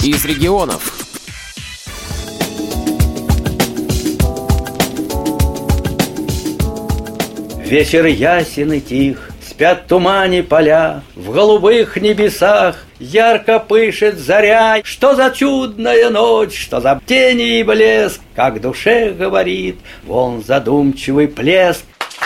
из регионов. Вечер ясен и тих, спят в тумане поля, в голубых небесах ярко пышет заря. Что за чудная ночь, что за тени и блеск, как душе говорит вон задумчивый плеск.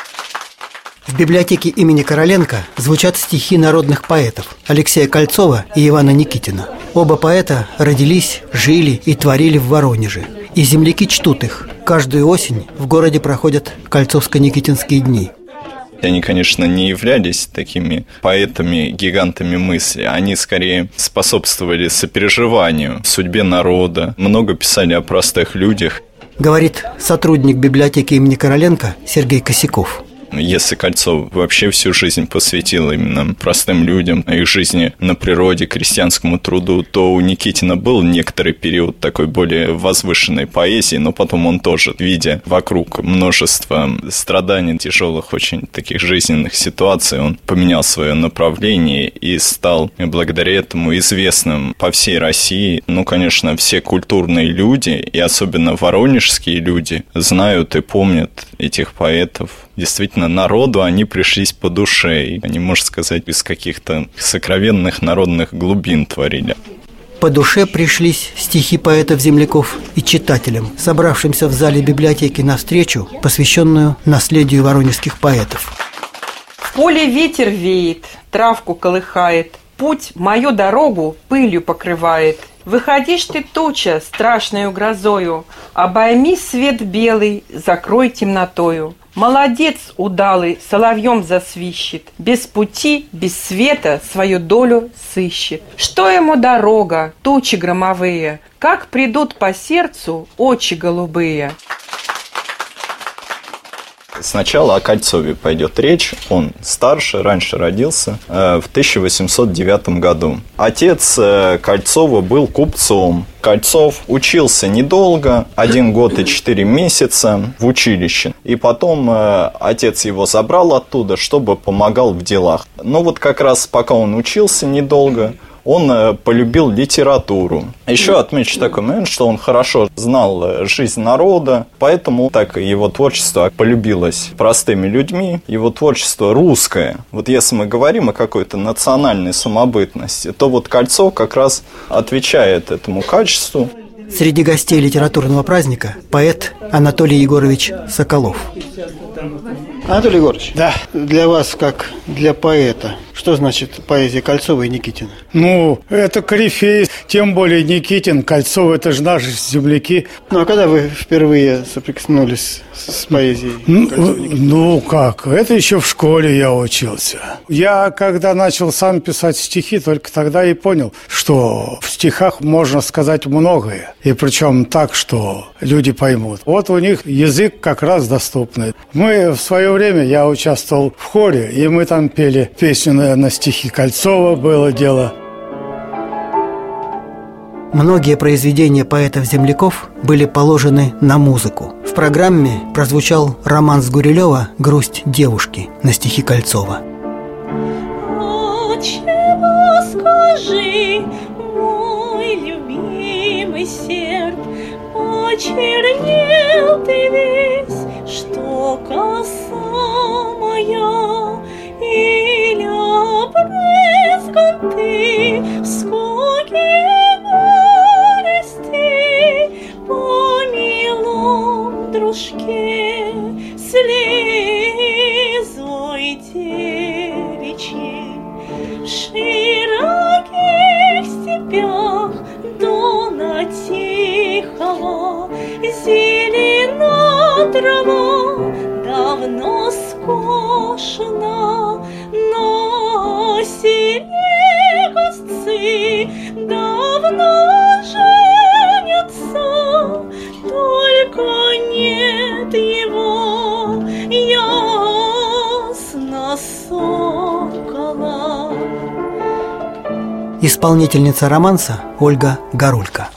В библиотеке имени Короленко звучат стихи народных поэтов Алексея Кольцова и Ивана Никитина. Оба поэта родились, жили и творили в Воронеже. И земляки чтут их. Каждую осень в городе проходят Кольцовско-Никитинские дни. Они, конечно, не являлись такими поэтами-гигантами мысли. Они, скорее, способствовали сопереживанию, судьбе народа. Много писали о простых людях. Говорит сотрудник библиотеки имени Короленко Сергей Косяков. Если Кольцов вообще всю жизнь посвятил именно простым людям, их жизни на природе, крестьянскому труду, то у Никитина был некоторый период такой более возвышенной поэзии, но потом он тоже, видя вокруг множество страданий, тяжелых очень таких жизненных ситуаций, он поменял свое направление и стал благодаря этому известным по всей России. Ну, конечно, все культурные люди, и особенно воронежские люди, знают и помнят этих поэтов. Действительно, народу они пришлись по душе, и они, можно сказать, из каких-то сокровенных народных глубин творили. По душе пришлись стихи поэтов-земляков и читателям, собравшимся в зале библиотеки на встречу, посвященную наследию воронежских поэтов. В поле ветер веет, травку колыхает, путь мою дорогу пылью покрывает. Выходишь ты, туча, страшною грозою, обойми свет белый, закрой темнотою. Молодец удалый, соловьем засвищет, без пути, без света свою долю сыщет. Что ему дорога, тучи громовые, как придут по сердцу очи голубые. Сначала о Кольцове пойдет речь. Он старше, раньше родился в 1809 году. Отец Кольцова был купцом. Кольцов учился недолго, 1 год и 4 месяца в училище. И потом отец его забрал оттуда, чтобы помогал в делах. Но вот как раз пока он учился недолго, он полюбил литературу. Еще отмечу такой момент, что он хорошо знал жизнь народа, поэтому так его творчество полюбилось простыми людьми. Его творчество русское. Вот если мы говорим о какой-то национальной самобытности, то вот Кольцов как раз отвечает этому качеству. Среди гостей литературного праздника поэт Анатолий Егорович Соколов. Анатолий Егорович, да. Для вас, как для поэта, что значит поэзия Кольцова и Никитина? Ну, это корифей, тем более Никитин, Кольцов, это же наши земляки. Ну, а когда вы впервые соприкоснулись с поэзией? Ну, как, это еще в школе я учился. Я, когда начал сам писать стихи, только тогда и понял, что в стихах можно сказать многое. И причем так, что люди поймут. Вот у них язык как раз доступный. Мы в свое время, я участвовал в хоре, и мы там пели песню на стихи Кольцова, было дело. Многие произведения поэтов-земляков были положены на музыку. В программе прозвучал романс Гурилева «Грусть девушки» на стихи Кольцова. Отчего, скажи, мой любимый серп, почернел ты весь, что коса моя, или обрызган ты в скоке горести, по милом дружке слезой девичьей. В широких степях дона тихого зелена трава давно скошена, на селе гостцы давно женятся, только нет его ясно сокола. Исполнительница романса Ольга Горулько.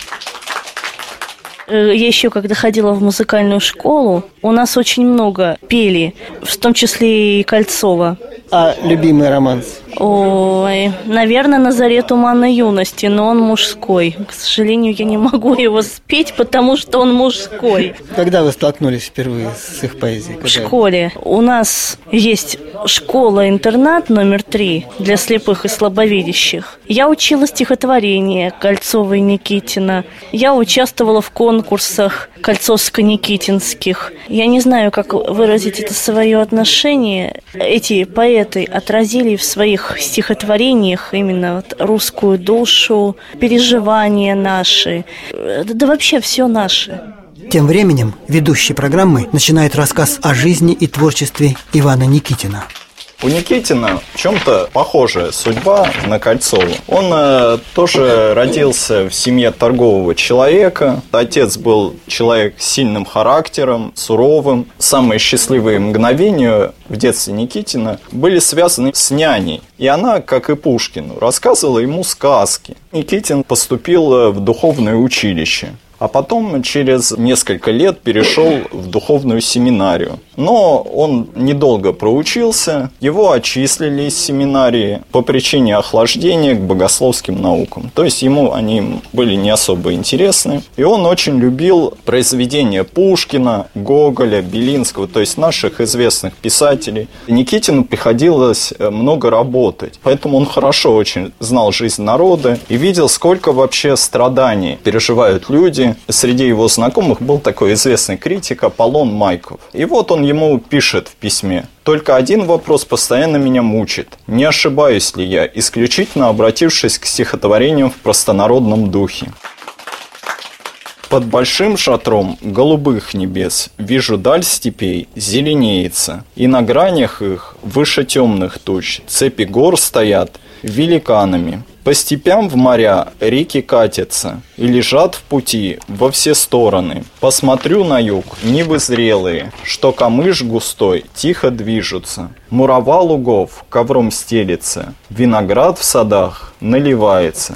Я еще когда ходила в музыкальную школу, у нас очень много пели, в том числе и Кольцова. А любимый романс? Ой, наверное, «На заре туманной юности», но он мужской. К сожалению, я не могу его спеть, потому что он мужской. Когда вы столкнулись впервые с их поэзией? В школе. У нас есть школа-интернат номер 3 для слепых и слабовидящих. Я учила стихотворение Кольцова и Никитина. Я участвовала в конкурсах кольцовско-никитинских. Я не знаю, как выразить это свое отношение. Эти поэты отразили в своих стихотворениях именно вот русскую душу, переживания наши, да вообще все наше. Тем временем ведущий программы начинает рассказ о жизни и творчестве Ивана Никитина. У Никитина в чем-то похожая судьба на Кольцова. Он тоже родился в семье торгового человека. Отец был человек с сильным характером, суровым. Самые счастливые мгновения в детстве Никитина были связаны с няней. И она, как и Пушкин, рассказывала ему сказки. Никитин поступил в духовное училище. А потом через несколько лет перешел в духовную семинарию. Но он недолго проучился, его отчислили из семинарии по причине охлаждения к богословским наукам. То есть ему они были не особо интересны. И он очень любил произведения Пушкина, Гоголя, Белинского, то есть наших известных писателей. Никитину приходилось много работать, поэтому он хорошо очень знал жизнь народа и видел, сколько вообще страданий переживают люди. Среди его знакомых был такой известный критик Аполлон Майков. И вот он ему пишет в письме: «Только один вопрос постоянно меня мучит. Не ошибаюсь ли я, исключительно обратившись к стихотворениям в простонародном духе? Под большим шатром голубых небес вижу даль степей зеленеется, и на гранях их выше темных туч цепи гор стоят великанами. По степям в моря реки катятся и лежат в пути во все стороны. Посмотрю на юг, нивы зрелые, что камыш густой тихо движутся. Мурава лугов ковром стелится, виноград в садах наливается».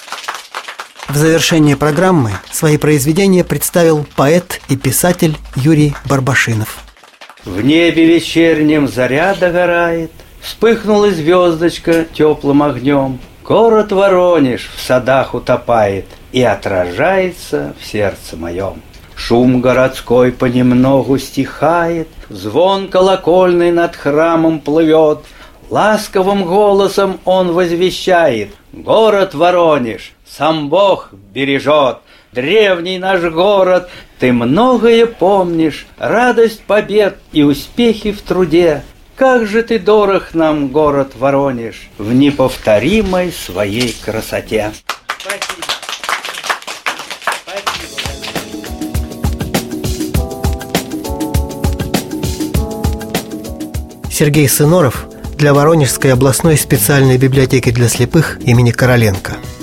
В завершение программы свои произведения представил поэт и писатель Юрий Барбашинов. В небе вечернем заря догорает, вспыхнула звездочка теплым огнем. Город Воронеж в садах утопает и отражается в сердце моем. Шум городской понемногу стихает, звон колокольный над храмом плывет. Ласковым голосом он возвещает: город Воронеж сам Бог бережет. Древний наш город, ты многое помнишь, радость побед и успехи в труде. Как же ты дорог нам, город Воронеж, в неповторимой своей красоте. Спасибо. Сергей Сыноров для Воронежской областной специальной библиотеки для слепых имени Короленко.